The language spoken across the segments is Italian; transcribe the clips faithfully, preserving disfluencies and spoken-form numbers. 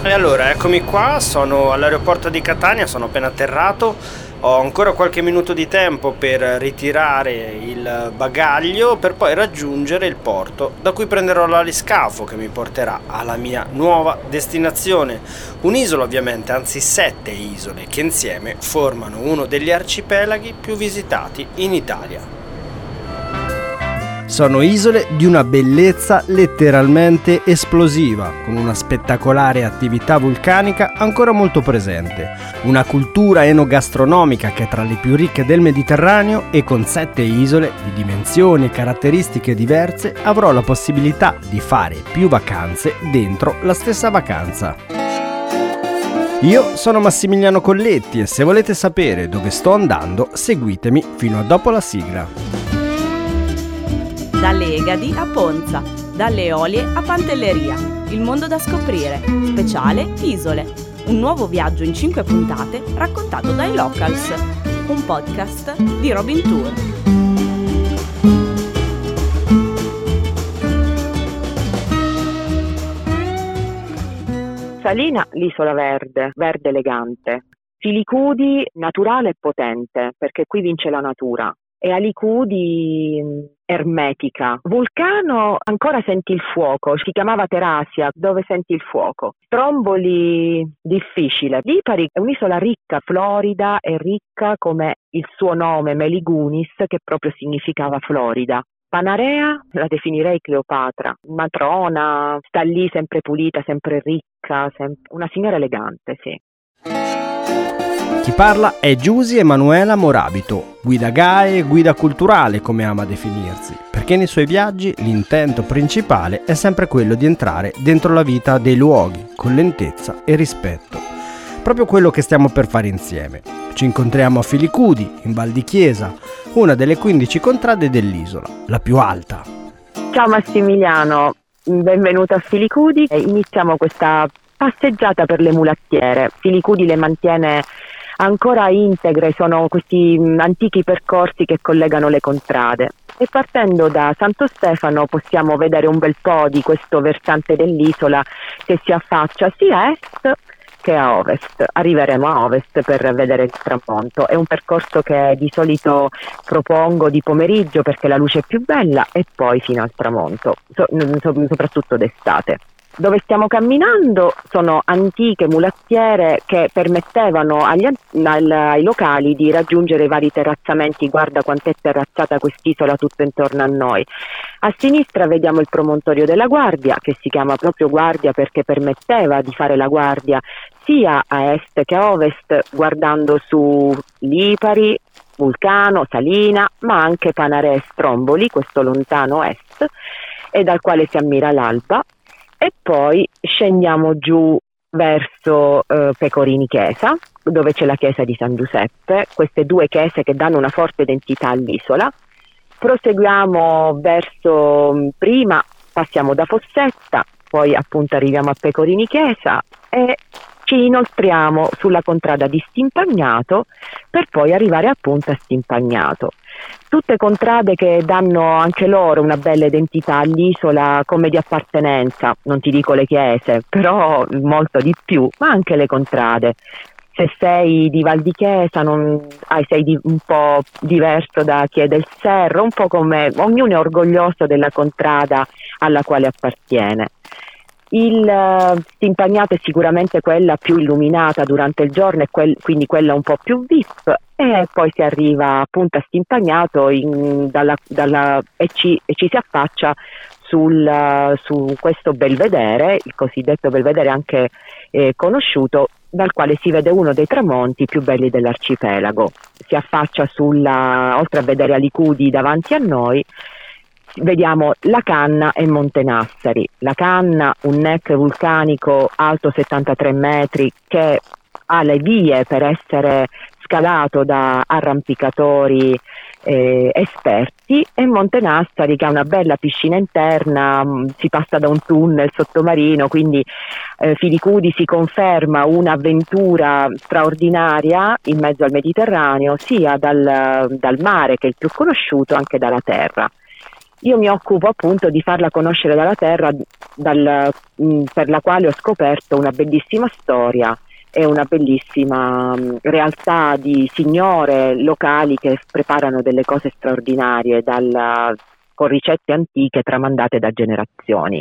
E allora, eccomi qua, sono all'aeroporto di Catania, sono appena atterrato, ho ancora qualche minuto di tempo per ritirare il bagaglio per poi raggiungere il porto, da cui prenderò l'aliscafo che mi porterà alla mia nuova destinazione. Un'isola ovviamente, anzi sette isole, che insieme formano uno degli arcipelaghi più visitati in Italia. Sono isole di una bellezza letteralmente esplosiva, con una spettacolare attività vulcanica ancora molto presente, una cultura enogastronomica che è tra le più ricche del Mediterraneo e con sette isole di dimensioni e caratteristiche diverse avrò la possibilità di fare più vacanze dentro la stessa vacanza. Io sono Massimiliano Colletti e se volete sapere dove sto andando, seguitemi fino a dopo la sigla. Dalle Egadi a Ponza, dalle Eolie a Pantelleria, il mondo da scoprire, speciale Isole, un nuovo viaggio in cinque puntate raccontato dai Locals, un podcast di Robin Tour. Salina, l'isola verde, verde elegante. Filicudi, naturale e potente, perché qui vince la natura. E Alicudi ermetica. Vulcano, ancora senti il fuoco, si chiamava Terasia, dove senti il fuoco. Stromboli, difficile. Lipari è un'isola ricca, florida e ricca come il suo nome Meligunis, che proprio significava florida. Panarea la definirei Cleopatra, matrona, sta lì sempre pulita, sempre ricca, sempre... una signora elegante, sì. Chi parla è Giusy Emanuela Morabito, guida G A E e guida culturale come ama definirsi, perché nei suoi viaggi l'intento principale è sempre quello di entrare dentro la vita dei luoghi, con lentezza e rispetto. Proprio quello che stiamo per fare insieme. Ci incontriamo a Filicudi, in Val di Chiesa, una delle quindici contrade dell'isola, la più alta. Ciao Massimiliano, benvenuto a Filicudi. Iniziamo questa passeggiata per le mulattiere. Filicudi le mantiene ancora integre, sono questi antichi percorsi che collegano le contrade. E partendo da Santo Stefano possiamo vedere un bel po' di questo versante dell'isola che si affaccia sia a est che a ovest. Arriveremo a ovest per vedere il tramonto. È un percorso che di solito propongo di pomeriggio perché la luce è più bella e poi fino al tramonto, so, soprattutto d'estate. Dove stiamo camminando sono antiche mulattiere che permettevano agli, al, ai locali di raggiungere i vari terrazzamenti. Guarda quanto è terrazzata quest'isola tutto intorno a noi. A sinistra vediamo il promontorio della Guardia, che si chiama proprio Guardia perché permetteva di fare la guardia sia a est che a ovest, guardando su Lipari, Vulcano, Salina, ma anche Panarea e Stromboli, questo lontano est, e dal quale si ammira l'alba. E poi scendiamo giù verso eh, Pecorini Chiesa, dove c'è la chiesa di San Giuseppe, queste due chiese che danno una forte identità all'isola. Proseguiamo verso prima, passiamo da Fossetta, poi appunto arriviamo a Pecorini Chiesa e ci inoltriamo sulla contrada di Stimpagnato per poi arrivare appunto a Stimpagnato. Tutte contrade che danno anche loro una bella identità all'isola come di appartenenza, non ti dico le chiese, però molto di più, ma anche le contrade. Se sei di Val di Chiesa non, ah, sei di, un po' diverso da chi è del Serro, un po' come ognuno è orgoglioso della contrada alla quale appartiene. Il uh, Stimpagnato è sicuramente quella più illuminata durante il giorno e quel, quindi quella un po' più V I P, e poi si arriva appunto a Stimpagnato in, dalla, dalla, e, ci, e ci si affaccia sul, uh, su questo belvedere, il cosiddetto belvedere anche eh, conosciuto, dal quale si vede uno dei tramonti più belli dell'arcipelago. Si affaccia sulla, oltre a vedere Alicudi davanti a noi, vediamo La Canna e Montenassari. La Canna, un neck vulcanico alto settantatré metri che ha le vie per essere scalato da arrampicatori eh, esperti, e Montenassari che ha una bella piscina interna, mh, si passa da un tunnel sottomarino, quindi eh, Filicudi si conferma un'avventura straordinaria in mezzo al Mediterraneo, sia dal, dal mare, che è il più conosciuto, anche dalla terra. Io mi occupo appunto di farla conoscere dalla terra dal, mh, per la quale ho scoperto una bellissima storia e una bellissima mh, realtà di signore locali che preparano delle cose straordinarie dalla, con ricette antiche tramandate da generazioni.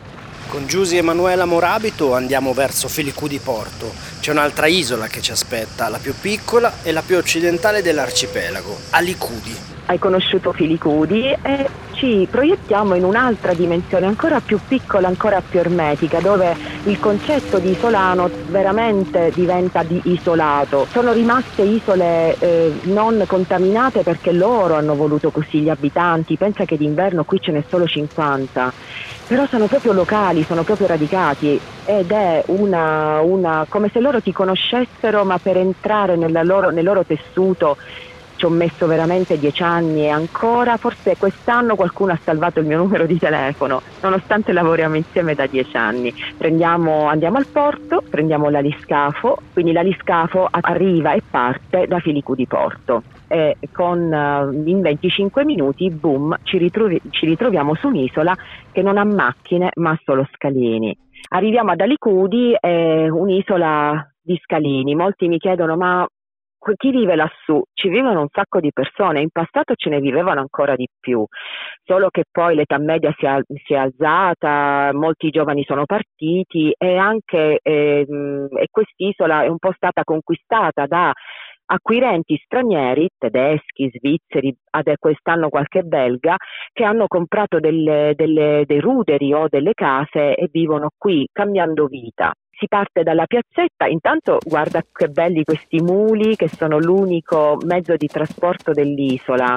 Con Giusy e Manuela Morabito andiamo verso Filicudi Porto. C'è un'altra isola che ci aspetta, la più piccola e la più occidentale dell'arcipelago, Alicudi. Hai conosciuto Filicudi e ci proiettiamo in un'altra dimensione ancora più piccola, ancora più ermetica, dove il concetto di isolano veramente diventa di isolato. Sono rimaste isole eh, non contaminate perché loro hanno voluto così, gli abitanti. Pensa che d'inverno qui ce n'è solo cinquanta, però sono proprio locali, sono proprio radicati ed è una, una come se loro ti conoscessero, ma per entrare nella loro, nel loro tessuto ci ho messo veramente dieci anni e ancora, forse quest'anno qualcuno ha salvato il mio numero di telefono, nonostante lavoriamo insieme da dieci anni. Prendiamo, andiamo al porto, prendiamo l'aliscafo, quindi l'aliscafo arriva e parte da Filicudi Porto e con, in venticinque minuti, boom, ci, ritrovi, ci ritroviamo su un'isola che non ha macchine ma ha solo scalini. Arriviamo ad Alicudi, è un'isola di scalini. Molti mi chiedono ma chi vive lassù? Ci vivono un sacco di persone, in passato ce ne vivevano ancora di più, solo che poi l'età media si è, si è alzata, molti giovani sono partiti e anche eh, e quest'isola è un po' stata conquistata da acquirenti stranieri, tedeschi, svizzeri, adesso quest'anno qualche belga, che hanno comprato delle, delle, dei ruderi o delle case e vivono qui cambiando vita. Si parte dalla piazzetta, intanto guarda che belli questi muli che sono l'unico mezzo di trasporto dell'isola,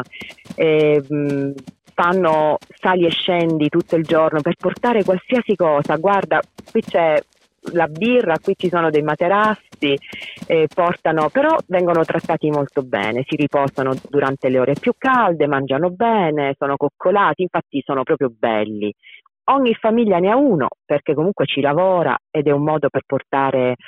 e, mh, fanno sali e scendi tutto il giorno per portare qualsiasi cosa. Guarda, qui c'è la birra, qui ci sono dei materassi, eh, portano, però vengono trattati molto bene, si riposano durante le ore più calde, mangiano bene, sono coccolati, infatti sono proprio belli. Ogni famiglia ne ha uno perché comunque ci lavora ed è un modo per portare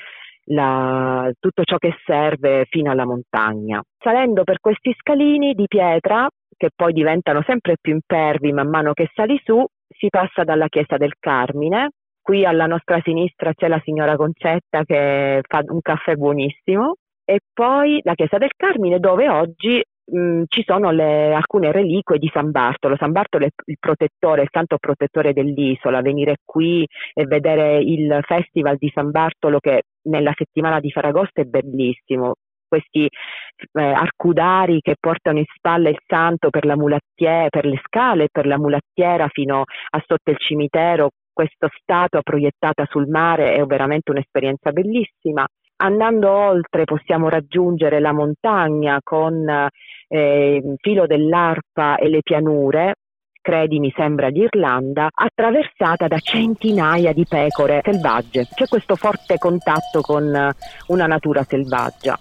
la, tutto ciò che serve fino alla montagna. Salendo per questi scalini di pietra, che poi diventano sempre più impervi man mano che sali su, si passa dalla chiesa del Carmine. Qui alla nostra sinistra c'è la signora Concetta che fa un caffè buonissimo e poi la chiesa del Carmine dove oggi mh, ci sono le, alcune reliquie di San Bartolo. San Bartolo è il protettore, il santo protettore dell'isola. Venire qui e vedere il festival di San Bartolo che nella settimana di Ferragosto è bellissimo. Questi eh, arcudari che portano in spalla il santo per la mulattiera, per le scale e per la mulattiera fino a sotto il cimitero. Questa statua proiettata sul mare è veramente un'esperienza bellissima. Andando oltre possiamo raggiungere la montagna con eh, il filo dell'Arpa e le pianure, credimi sembra l'Irlanda, attraversata da centinaia di pecore selvagge. C'è questo forte contatto con una natura selvaggia.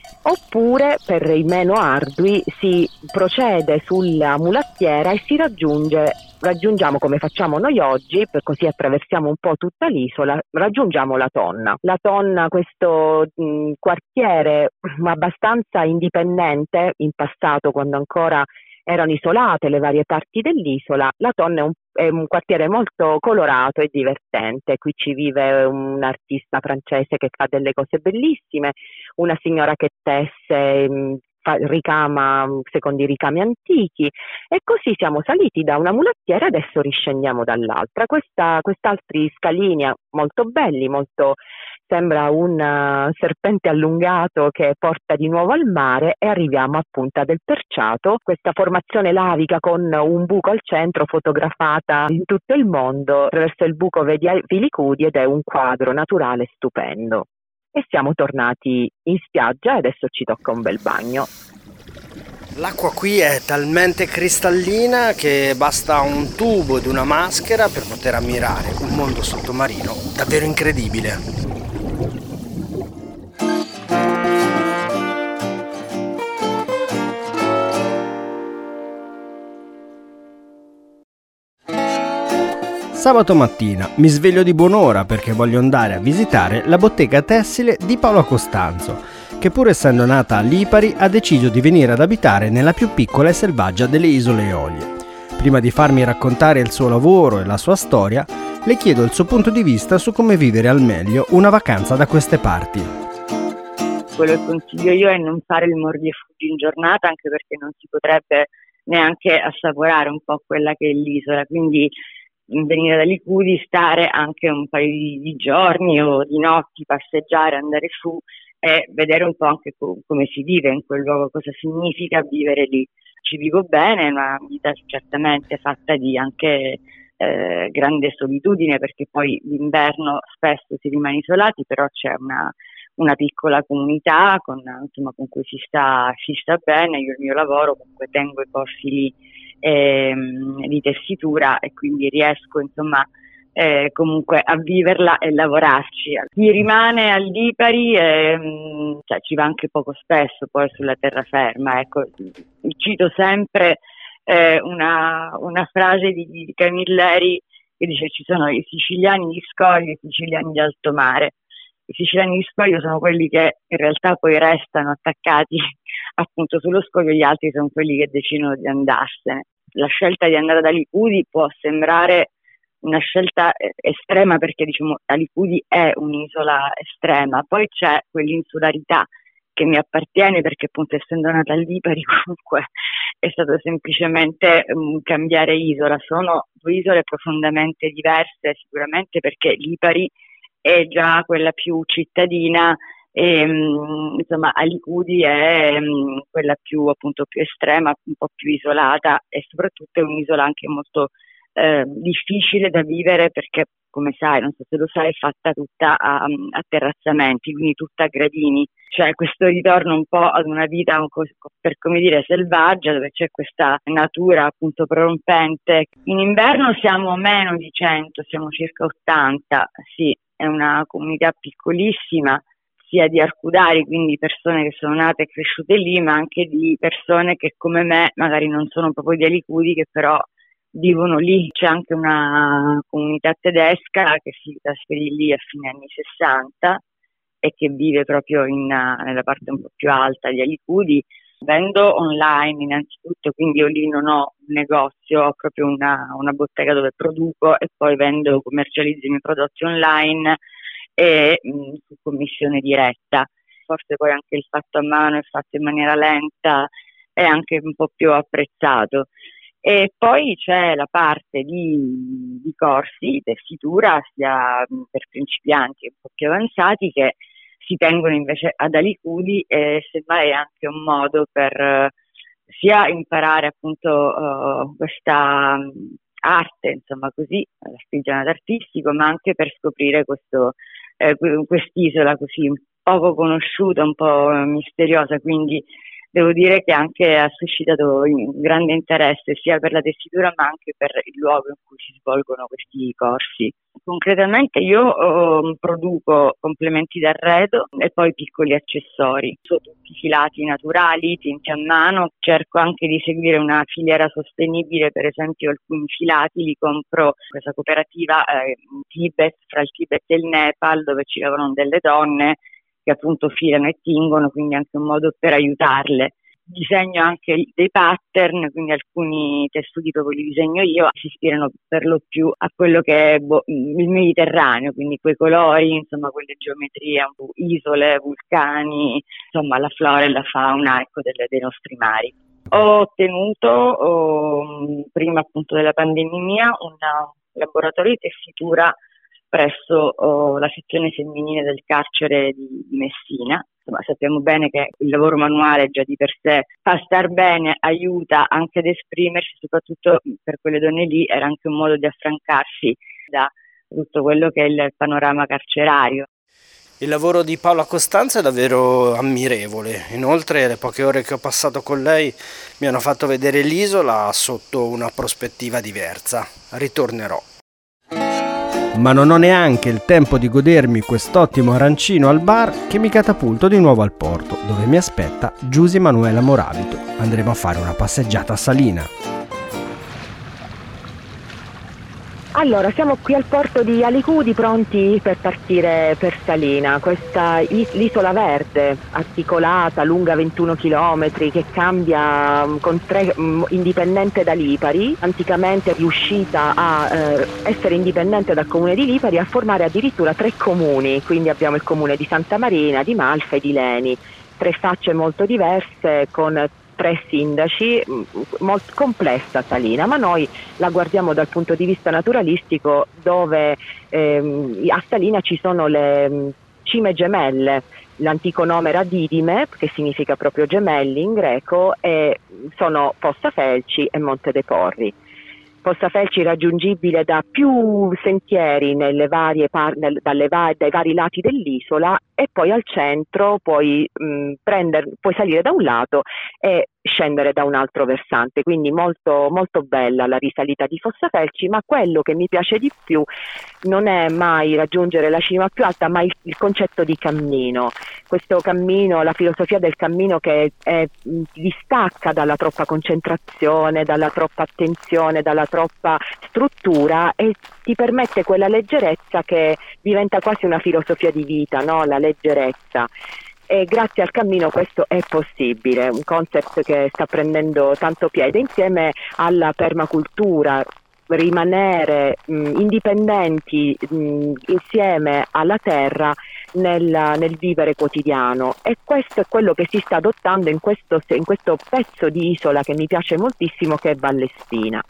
Oppure per i meno ardui si procede sulla mulattiera e si raggiunge, raggiungiamo come facciamo noi oggi, per così attraversiamo un po' tutta l'isola, raggiungiamo la Tonna. La Tonna, questo mh, quartiere abbastanza indipendente in passato, quando ancora erano isolate le varie parti dell'isola. La Tonna è un, è un quartiere molto colorato e divertente. Qui ci vive un artista francese che fa delle cose bellissime, una signora che tesse, mh, fa, ricama secondo i ricami antichi, e così siamo saliti da una mulattiera e adesso riscendiamo dall'altra. Questa, quest'altri scalini molto belli, molto sembra un uh, serpente allungato che porta di nuovo al mare, e arriviamo a Punta del Perciato, questa formazione lavica con un buco al centro fotografata in tutto il mondo. Attraverso il buco vedi Filicudi ed è un quadro naturale stupendo. E siamo tornati in spiaggia e adesso ci tocca un bel bagno. L'acqua qui è talmente cristallina che basta un tubo ed una maschera per poter ammirare un mondo sottomarino davvero incredibile. Sabato mattina mi sveglio di buon'ora perché voglio andare a visitare la bottega tessile di Paola Costanzo, che pur essendo nata a Lipari ha deciso di venire ad abitare nella più piccola e selvaggia delle isole Eolie. Prima di farmi raccontare il suo lavoro e la sua storia, Le chiedo il suo punto di vista su come vivere al meglio una vacanza da queste parti. Quello che consiglio io è non fare il mordi e fuggi in giornata, anche perché non si potrebbe neanche assaporare un po' quella che è l'isola, quindi venire da Licudi, stare anche un paio di, di giorni o di notti, passeggiare, andare su e vedere un po' anche co- come si vive in quel luogo, cosa significa vivere lì. Ci vivo bene, è una vita certamente fatta di anche eh, grande solitudine, perché poi d'inverno spesso si rimane isolati, però c'è una, una piccola comunità con, insomma, con cui si sta, si sta bene. Io il mio lavoro comunque tengo i corsi lì ehm, di tessitura e quindi riesco insomma eh, comunque a viverla e lavorarci. Chi rimane a Lipari ehm, cioè, ci va anche poco spesso poi sulla terraferma, ecco. Cito sempre eh, una, una frase di, di Camilleri che dice: ci sono i siciliani di Scoglio e i siciliani di alto mare. I siciliani di Scoglio sono quelli che in realtà poi restano attaccati appunto sullo scoglio, gli altri sono quelli che decidono di andarsene. La scelta di andare da Licudi può sembrare una scelta estrema, perché diciamo Licudi è un'isola estrema, poi c'è quell'insularità che mi appartiene, perché appunto essendo nata a Lipari comunque è stato semplicemente um, cambiare isola. Sono due isole profondamente diverse sicuramente, perché Lipari è già quella più cittadina e um, insomma a Licudi è um, quella più appunto più estrema, un po' più isolata, e soprattutto è un'isola anche molto eh, difficile da vivere, perché come sai, non so se lo sai, è fatta tutta a, a terrazzamenti, quindi tutta a gradini. C'è questo ritorno un po' ad una vita, per come dire, selvaggia, dove c'è questa natura appunto prorompente. In inverno siamo meno di cento, siamo circa ottanta, sì, è una comunità piccolissima, sia di arcudari, quindi persone che sono nate e cresciute lì, ma anche di persone che come me magari non sono proprio di Licudi, che però vivono lì. C'è anche una comunità tedesca che si trasferì lì a fine anni sessanta e che vive proprio in, nella parte un po' più alta di Licudi. Vendo online innanzitutto, quindi io lì non ho un negozio, ho proprio una, una bottega dove produco e poi vendo, commercializzo i miei prodotti online e mh, su commissione diretta. Forse poi anche il fatto a mano e fatto in maniera lenta è anche un po' più apprezzato. E poi c'è la parte di, di corsi di tessitura, sia per principianti che un po' più avanzati, che si tengono invece ad Licudi, e semmai è anche un modo per uh, sia imparare appunto uh, questa um, arte, insomma così, l'artigianato artistico, ma anche per scoprire questo, eh, quest'isola così poco conosciuta, un po' misteriosa, quindi devo dire che anche ha suscitato un grande interesse sia per la tessitura ma anche per il luogo in cui si svolgono questi corsi. Concretamente io oh, produco complementi d'arredo e poi piccoli accessori. Sono tutti filati naturali, tinti a mano. Cerco anche di seguire una filiera sostenibile, per esempio alcuni filati li compro questa cooperativa eh, in Tibet, fra il Tibet e il Nepal, dove ci lavorano delle donne che appunto filano e tingono, quindi anche un modo per aiutarle. Disegno anche dei pattern, quindi alcuni tessuti proprio li disegno io, si ispirano per lo più a quello che è boh, il Mediterraneo, quindi quei colori, insomma quelle geometrie, un po' isole, vulcani, insomma la flora e la fauna, ecco, delle, dei nostri mari. Ho ottenuto oh, prima appunto della pandemia un laboratorio di tessitura presso oh, la sezione femminile del carcere di, di Messina. Insomma, sappiamo bene che il lavoro manuale già di per sé fa star bene, aiuta anche ad esprimersi, soprattutto per quelle donne lì era anche un modo di affrancarsi da tutto quello che è il panorama carcerario. Il lavoro di Paola Costanza è davvero ammirevole. Inoltre le poche ore che ho passato con lei mi hanno fatto vedere l'isola sotto una prospettiva diversa. Ritornerò. Ma non ho neanche il tempo di godermi quest'ottimo arancino al bar che mi catapulto di nuovo al porto, dove mi aspetta Giusy Manuela Moravito. Andremo a fare una passeggiata a Salina. Allora, siamo qui al porto di Alicudi pronti per partire per Salina, questa is- l'isola verde articolata, lunga ventuno chilometri, che cambia mm, con tre, mm, indipendente da Lipari, anticamente è riuscita a eh, essere indipendente dal comune di Lipari, a formare addirittura tre comuni, quindi abbiamo il comune di Santa Marina, di Malfa e di Leni, tre facce molto diverse con tre sindaci, mm, molto complessa Salina, ma noi la guardiamo dal punto di vista naturalistico, dove ehm, a Salina ci sono le mh, cime gemelle, l'antico nome era Didime, che significa proprio gemelli in greco, e sono Fossa Felci e Monte dei Porri. Fossa Felci raggiungibile da più sentieri nelle varie par- nel, dalle va- dai vari lati dell'isola, e poi al centro puoi, mh, prender- puoi salire da un lato e scendere da un altro versante, quindi molto, molto bella la risalita di Fossa Felci, ma quello che mi piace di più non è mai raggiungere la cima più alta, ma il, il concetto di cammino. Questo cammino, la filosofia del cammino che è, mh, distacca dalla troppa concentrazione, dalla troppa attenzione, dalla troppa struttura, e ti permette quella leggerezza che diventa quasi una filosofia di vita, no? La leggerezza. E grazie al cammino questo è possibile, un concept che sta prendendo tanto piede, insieme alla permacultura, rimanere mh, indipendenti mh, insieme alla terra nel, nel vivere quotidiano, e questo è quello che si sta adottando in questo, in questo pezzo di isola che mi piace moltissimo, che è Vallespina.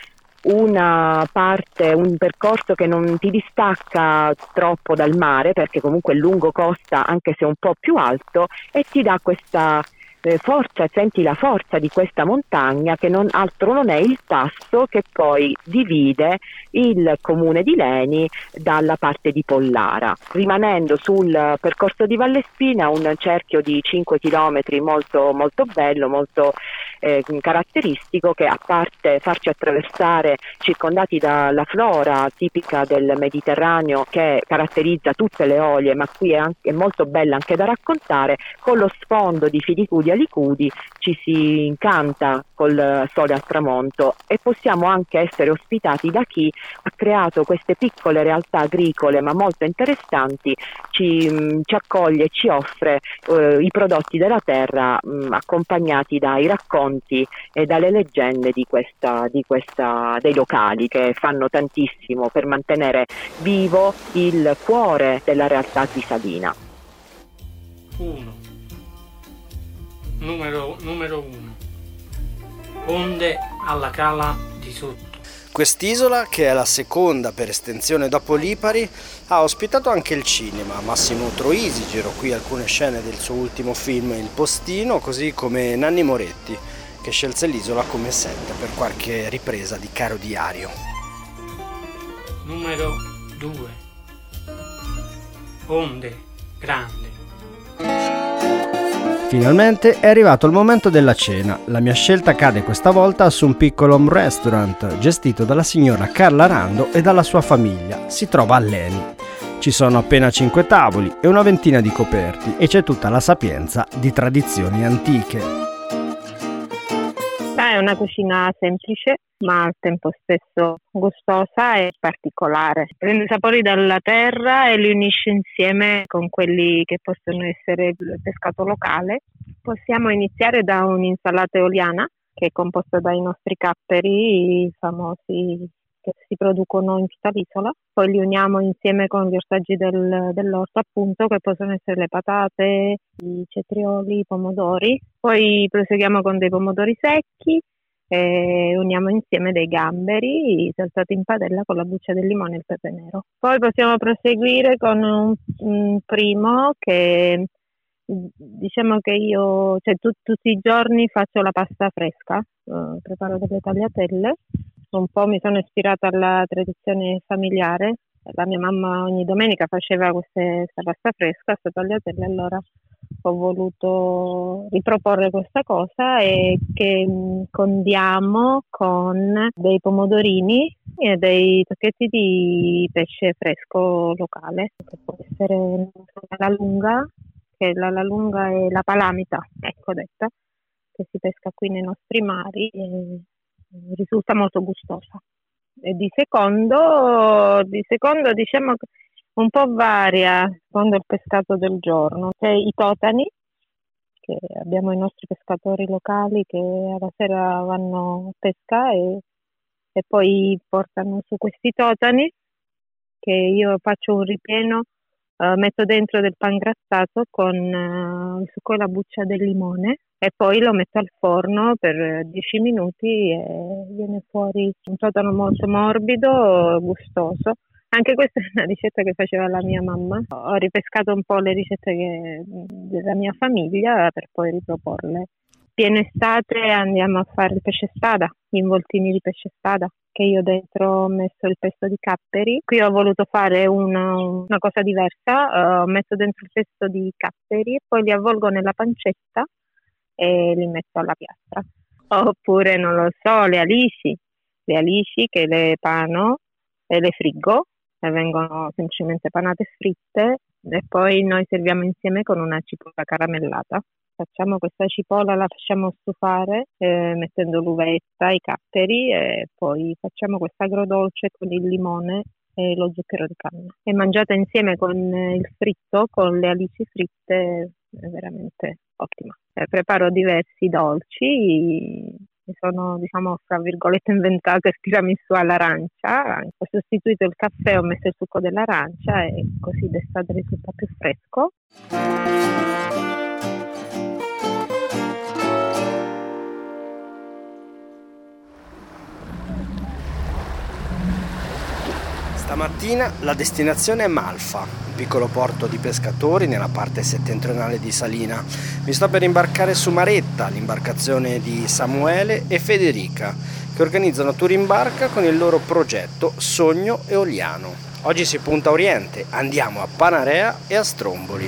Una parte, un percorso che non ti distacca troppo dal mare, perché comunque è lungo costa anche se un po' più alto, e ti dà questa eh, forza, senti la forza di questa montagna, che non altro non è il passo che poi divide il comune di Leni dalla parte di Pollara, rimanendo sul percorso di Vallespina un cerchio di cinque chilometri molto, molto bello, molto eh, caratteristico, che a parte farci attraversare circondati dalla flora tipica del Mediterraneo, che caratterizza tutte le Eolie, ma qui è, anche, è molto bella anche da raccontare, con lo sfondo di Filicudi Alicudi ci si incanta col sole al tramonto, e possiamo anche essere ospitati da chi ha creato queste piccole realtà agricole ma molto interessanti, ci, mh, ci accoglie e ci offre eh, i prodotti della terra, mh, accompagnati dai racconti e dalle leggende di questa, di questa, dei locali, che fanno tantissimo per mantenere vivo il cuore della realtà di Salina. uno. Numero, numero uno. Onde alla cala di sotto. Quest'isola, che è la seconda per estensione dopo Lipari, ha ospitato anche il cinema. Massimo Troisi girò qui alcune scene del suo ultimo film Il Postino, così come Nanni Moretti, che scelse l'isola come set per qualche ripresa di Caro Diario. Numero due. Onde grande. Finalmente è arrivato il momento della cena. La mia scelta cade questa volta su un piccolo home restaurant gestito dalla signora Carla Rando e dalla sua famiglia. Si trova a Leni. Ci sono appena cinque tavoli e una ventina di coperti, e c'è tutta la sapienza di tradizioni antiche. È una cucina semplice, ma al tempo stesso gustosa e particolare. Prende i sapori dalla terra e li unisce insieme con quelli che possono essere il pescato locale. Possiamo iniziare da un'insalata eoliana, che è composta dai nostri capperi famosi che si producono in tutta l'isola. Poi li uniamo insieme con gli ortaggi del, dell'orto, appunto, che possono essere le patate, i cetrioli, i pomodori. Poi proseguiamo con dei pomodori secchi e uniamo insieme dei gamberi saltati in padella con la buccia del limone e il pepe nero. Poi possiamo proseguire con un, un primo che diciamo che io cioè, tu, tutti i giorni faccio la pasta fresca, eh, preparo delle tagliatelle. Un po' mi sono ispirata alla tradizione familiare. La mia mamma ogni domenica faceva queste, questa pasta fresca, queste tagliatelle, allora ho voluto riproporre questa cosa, e che condiamo con dei pomodorini e dei tocchetti di pesce fresco locale, che può essere la lunga, che la, la lunga è la palamita, ecco detta, che si pesca qui nei nostri mari e risulta molto gustosa. E di secondo, di secondo diciamo che un po' varia secondo il pescato del giorno. C'è i totani, che abbiamo i nostri pescatori locali che alla sera vanno a pesca e, e poi portano su questi totani che io faccio un ripieno, eh, metto dentro del pangrattato con eh, il succo e la buccia del limone e poi lo metto al forno per dieci minuti e viene fuori un totano molto morbido, gustoso. Anche questa è una ricetta che faceva la mia mamma. Ho ripescato un po' le ricette che, della mia famiglia per poi riproporle. Piena estate andiamo a fare il pesce spada, gli involtini di pesce spada, che io dentro ho messo il pesto di capperi. Qui ho voluto fare una, una cosa diversa, uh, ho messo dentro il pesto di capperi, poi li avvolgo nella pancetta e li metto alla piastra. Oppure, non lo so, le alici, le alici che le pano e le friggo e vengono semplicemente panate e fritte e poi noi serviamo insieme con una cipolla caramellata. Facciamo questa cipolla, la facciamo stufare eh, mettendo l'uvetta, i capperi e poi facciamo questo agrodolce con il limone e lo zucchero di canna. E mangiata insieme con il fritto, con le alici fritte, è veramente ottima. Eh, preparo diversi dolci, mi sono, diciamo, fra virgolette inventato il tiramisù all'arancia. Ho sostituito il caffè, ho messo il succo dell'arancia e così d'estate risulta più fresco. Stamattina la destinazione è Malfa, un piccolo porto di pescatori nella parte settentrionale di Salina. Mi sto per imbarcare su Maretta, l'imbarcazione di Samuele e Federica, che organizzano tour in barca con il loro progetto Sogno Eoliano. Oggi si punta a Oriente, andiamo a Panarea e a Stromboli.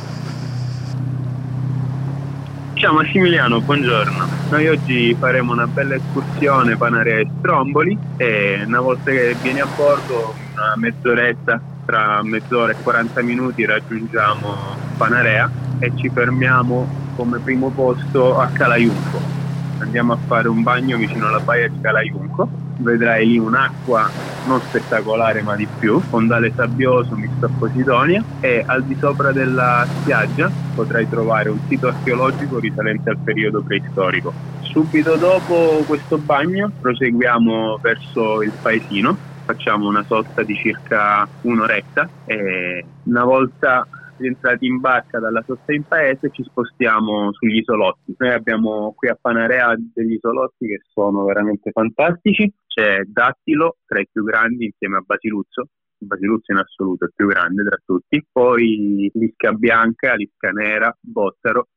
Ciao Massimiliano, buongiorno. Noi oggi faremo una bella escursione Panarea e Stromboli e una volta che vieni a bordo, una mezz'oretta, tra mezz'ora e quaranta minuti raggiungiamo Panarea e ci fermiamo come primo posto a Calaiunco. Andiamo a fare un bagno vicino alla baia di Calaiunco. Vedrai lì un'acqua non spettacolare ma di più, fondale sabbioso misto a posidonia e al di sopra della spiaggia potrai trovare un sito archeologico risalente al periodo preistorico. Subito dopo questo bagno proseguiamo verso il paesino, facciamo una sosta di circa un'oretta e una volta rientrati in barca dalla sosta in paese ci spostiamo sugli isolotti. Noi abbiamo qui a Panarea degli isolotti che sono veramente fantastici. C'è Dattilo tra i più grandi insieme a Basiluzzo. Basiluzzo in assoluto è il più grande tra tutti. Poi l'Isca Bianca, l'Isca Nera, Bozzaro.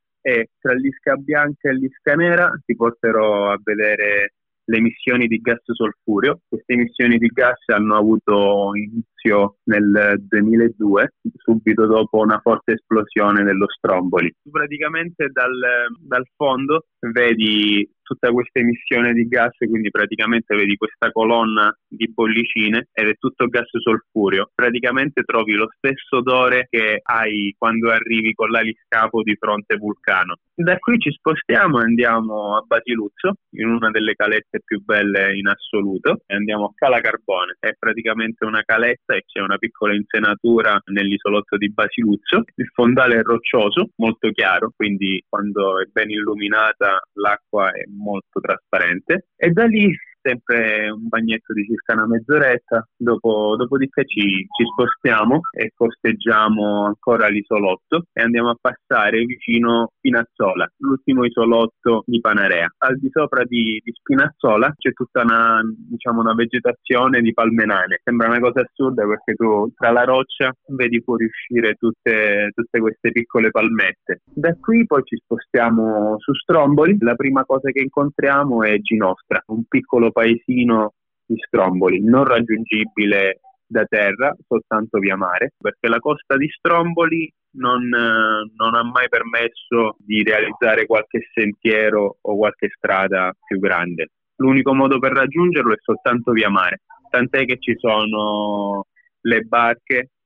E tra l'Isca Bianca e l'Isca Nera ti porterò a vedere le emissioni di gas solfureo. Queste emissioni di gas hanno avuto inizio nel duemiladue, subito dopo una forte esplosione dello Stromboli. Praticamente dal, dal fondo vedi tutta questa emissione di gas, quindi praticamente vedi questa colonna di bollicine ed è tutto gas solfureo. Praticamente trovi lo stesso odore che hai quando arrivi con l'aliscapo di fronte Vulcano. Da qui ci spostiamo e andiamo a Basiluzzo, in una delle calette più belle in assoluto, e andiamo a Cala Carbone. È praticamente una caletta e c'è una piccola insenatura nell'isolotto di Basiluzzo. Il fondale è roccioso, molto chiaro, quindi quando è ben illuminata l'acqua è molto trasparente. E da lì sempre un bagnetto di circa una mezz'oretta, dopo, dopodiché ci, ci spostiamo e costeggiamo ancora l'isolotto e andiamo a passare vicino Spinazzola, l'ultimo isolotto di Panarea. Al di sopra di, di Spinazzola c'è tutta una, diciamo, una vegetazione di palmenane. Sembra una cosa assurda perché tu tra la roccia vedi fuoriuscire tutte, tutte queste piccole palmette. Da qui poi ci spostiamo su Stromboli. La prima cosa che incontriamo è Ginostra, un piccolo paesino di Stromboli, non raggiungibile da terra, soltanto via mare, perché la costa di Stromboli non, eh, non ha mai permesso di realizzare qualche sentiero o qualche strada più grande. L'unico modo per raggiungerlo è soltanto via mare, tant'è che ci sono le barche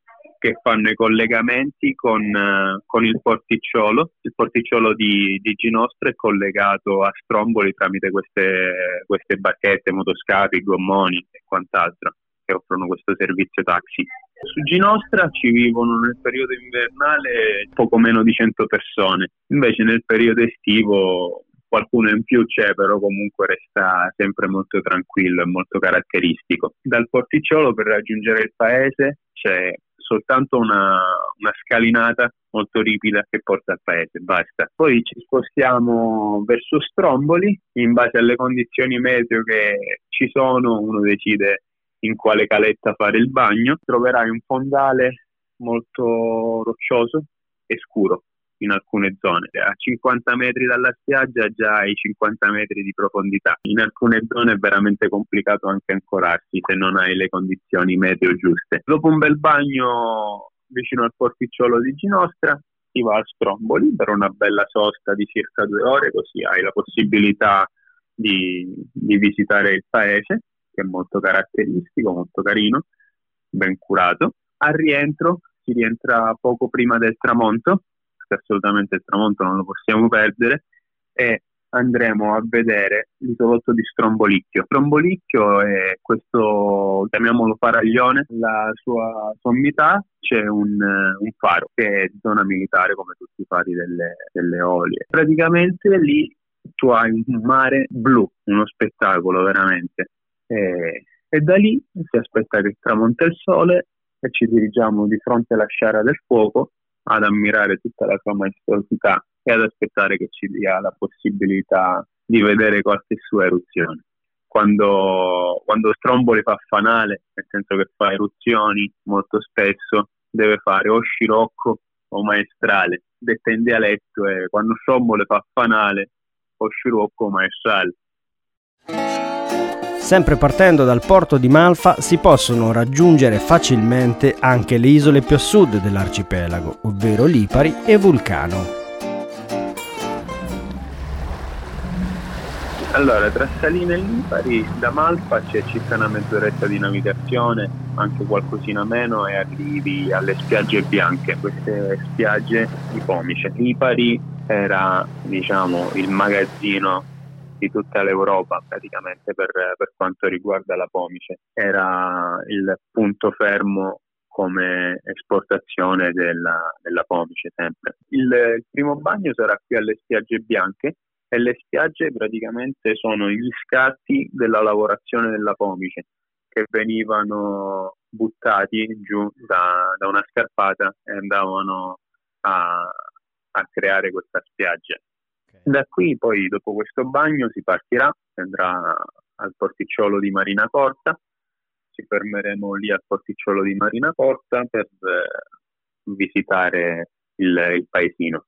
che fanno i collegamenti con, uh, con il porticciolo. Il porticciolo di, di Ginostra è collegato a Stromboli tramite queste, queste barchette, motoscafi, gommoni e quant'altro che offrono questo servizio taxi. Su Ginostra ci vivono nel periodo invernale poco meno di cento persone, invece nel periodo estivo qualcuno in più c'è, però comunque resta sempre molto tranquillo e molto caratteristico. Dal porticciolo per raggiungere il paese c'è soltanto una, una scalinata molto ripida che porta al paese, basta. Poi ci spostiamo verso Stromboli, in base alle condizioni meteo che ci sono, uno decide in quale caletta fare il bagno. Troverai un fondale molto roccioso e scuro in alcune zone. A cinquanta metri dalla spiaggia già hai cinquanta metri di profondità. In alcune zone è veramente complicato anche ancorarsi se non hai le condizioni meteo giuste. Dopo un bel bagno vicino al porticciolo di Ginostra si va a Stromboli per una bella sosta di circa due ore, così hai la possibilità di, di visitare il paese, che è molto caratteristico, molto carino, ben curato. Al rientro si rientra poco prima del tramonto, assolutamente il tramonto non lo possiamo perdere, e andremo a vedere l'isolotto di Strombolicchio. Strombolicchio è questo, chiamiamolo faraglione, la sua sommità c'è un, un faro che è zona militare come tutti i fari delle, delle Eolie. Praticamente lì tu hai un mare blu, uno spettacolo veramente, e, e da lì si aspetta che tramonta il sole e ci dirigiamo di fronte alla sciara del fuoco ad ammirare tutta la sua maestosità e ad aspettare che ci dia la possibilità di vedere qualche sua eruzione. Quando, quando Stromboli fa fanale, nel senso che fa eruzioni, molto spesso deve fare o scirocco o maestrale. Detta in dialetto è quando Stromboli fa fanale o scirocco o maestrale. Sempre partendo dal porto di Malfa si possono raggiungere facilmente anche le isole più a sud dell'arcipelago, ovvero Lipari e Vulcano. Allora, tra Salina e Lipari, da Malfa c'è circa una mezz'oretta di navigazione, anche qualcosina meno, e arrivi alle spiagge bianche, queste spiagge di pomice. Lipari era, diciamo, il magazzino di tutta l'Europa praticamente per, per quanto riguarda la pomice. Era il punto fermo come esportazione della, della pomice sempre. Il, il primo bagno sarà qui alle spiagge bianche, e le spiagge praticamente sono gli scatti della lavorazione della pomice che venivano buttati giù da, da una scarpata e andavano a, a creare questa spiaggia. Da qui poi, dopo questo bagno, si partirà, si andrà al porticciolo di Marina Corta, ci fermeremo lì al porticciolo di Marina Corta per eh, visitare il, il paesino.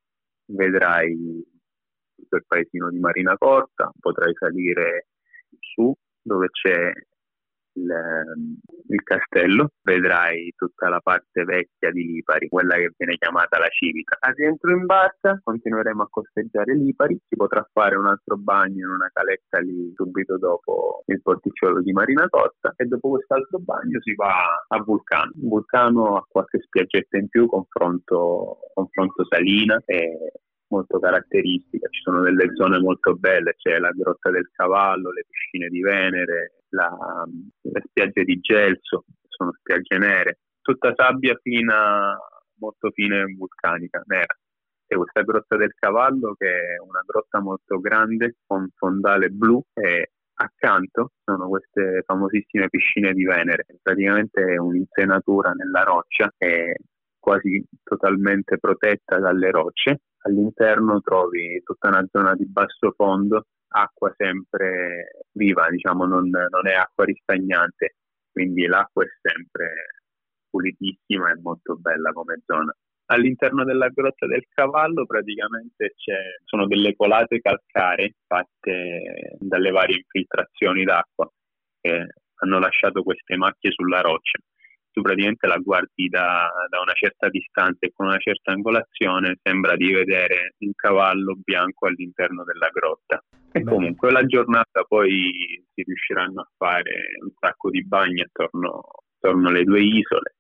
Vedrai tutto il paesino di Marina Corta, potrai salire su dove c'è il, il castello, vedrai tutta la parte vecchia di Lipari, quella che viene chiamata la Civica. Al rientro in barca continueremo a costeggiare Lipari, si potrà fare un altro bagno in una caletta lì subito dopo il porticciolo di Marina Corta, e dopo quest'altro bagno si va a Vulcano. Vulcano ha qualche spiaggetta in più, confronto, confronto Salina, e molto caratteristica, ci sono delle zone molto belle, c'è la Grotta del Cavallo, le piscine di Venere, la, le spiagge di Gelso, sono spiagge nere, tutta sabbia fina, molto fine e vulcanica, nera. C'è questa Grotta del Cavallo che è una grotta molto grande con fondale blu, e accanto sono queste famosissime piscine di Venere, praticamente è un'insenatura nella roccia, è quasi totalmente protetta dalle rocce. All'interno trovi tutta una zona di basso fondo, acqua sempre viva, diciamo, non, non è acqua ristagnante, quindi l'acqua è sempre pulitissima e molto bella come zona. All'interno della Grotta del Cavallo praticamente c'è, sono delle colate calcaree fatte dalle varie infiltrazioni d'acqua che hanno lasciato queste macchie sulla roccia. Tu praticamente la guardi da, da una certa distanza e con una certa angolazione sembra di vedere un cavallo bianco all'interno della grotta. E Beh. comunque la giornata poi si riusciranno a fare un sacco di bagni attorno, attorno alle due isole,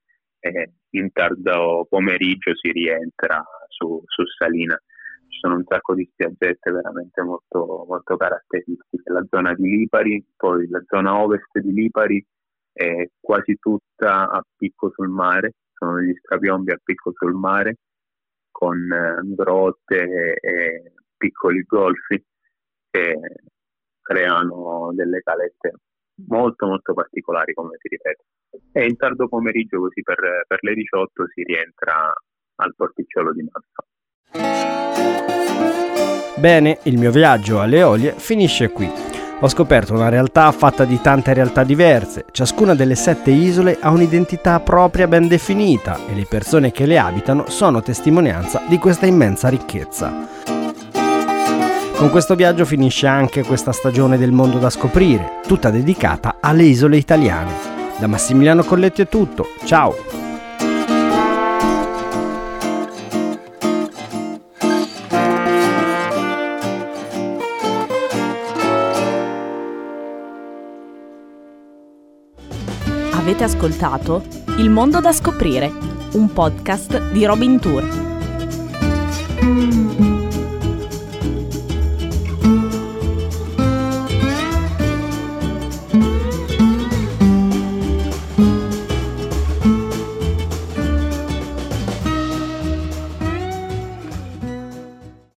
e in tardo pomeriggio si rientra su, su Salina. Ci sono un sacco di spiaggette veramente molto, molto caratteristiche. La zona di Lipari, poi la zona ovest di Lipari è quasi tutta a picco sul mare, sono degli strapiombi a picco sul mare con eh, grotte e, e piccoli golfi che creano delle calette molto molto particolari, come ti ripeto. E in tardo pomeriggio, così per, per le diciotto, si rientra al porticciolo di Massa. Bene, il mio viaggio alle Eolie finisce qui. Ho scoperto una realtà fatta di tante realtà diverse, ciascuna delle sette isole ha un'identità propria ben definita e le persone che le abitano sono testimonianza di questa immensa ricchezza. Con questo viaggio finisce anche questa stagione del mondo da scoprire, tutta dedicata alle isole italiane. Da Massimiliano Colletti è tutto, ciao! Avete ascoltato Il mondo da scoprire, un podcast di Robin Tour.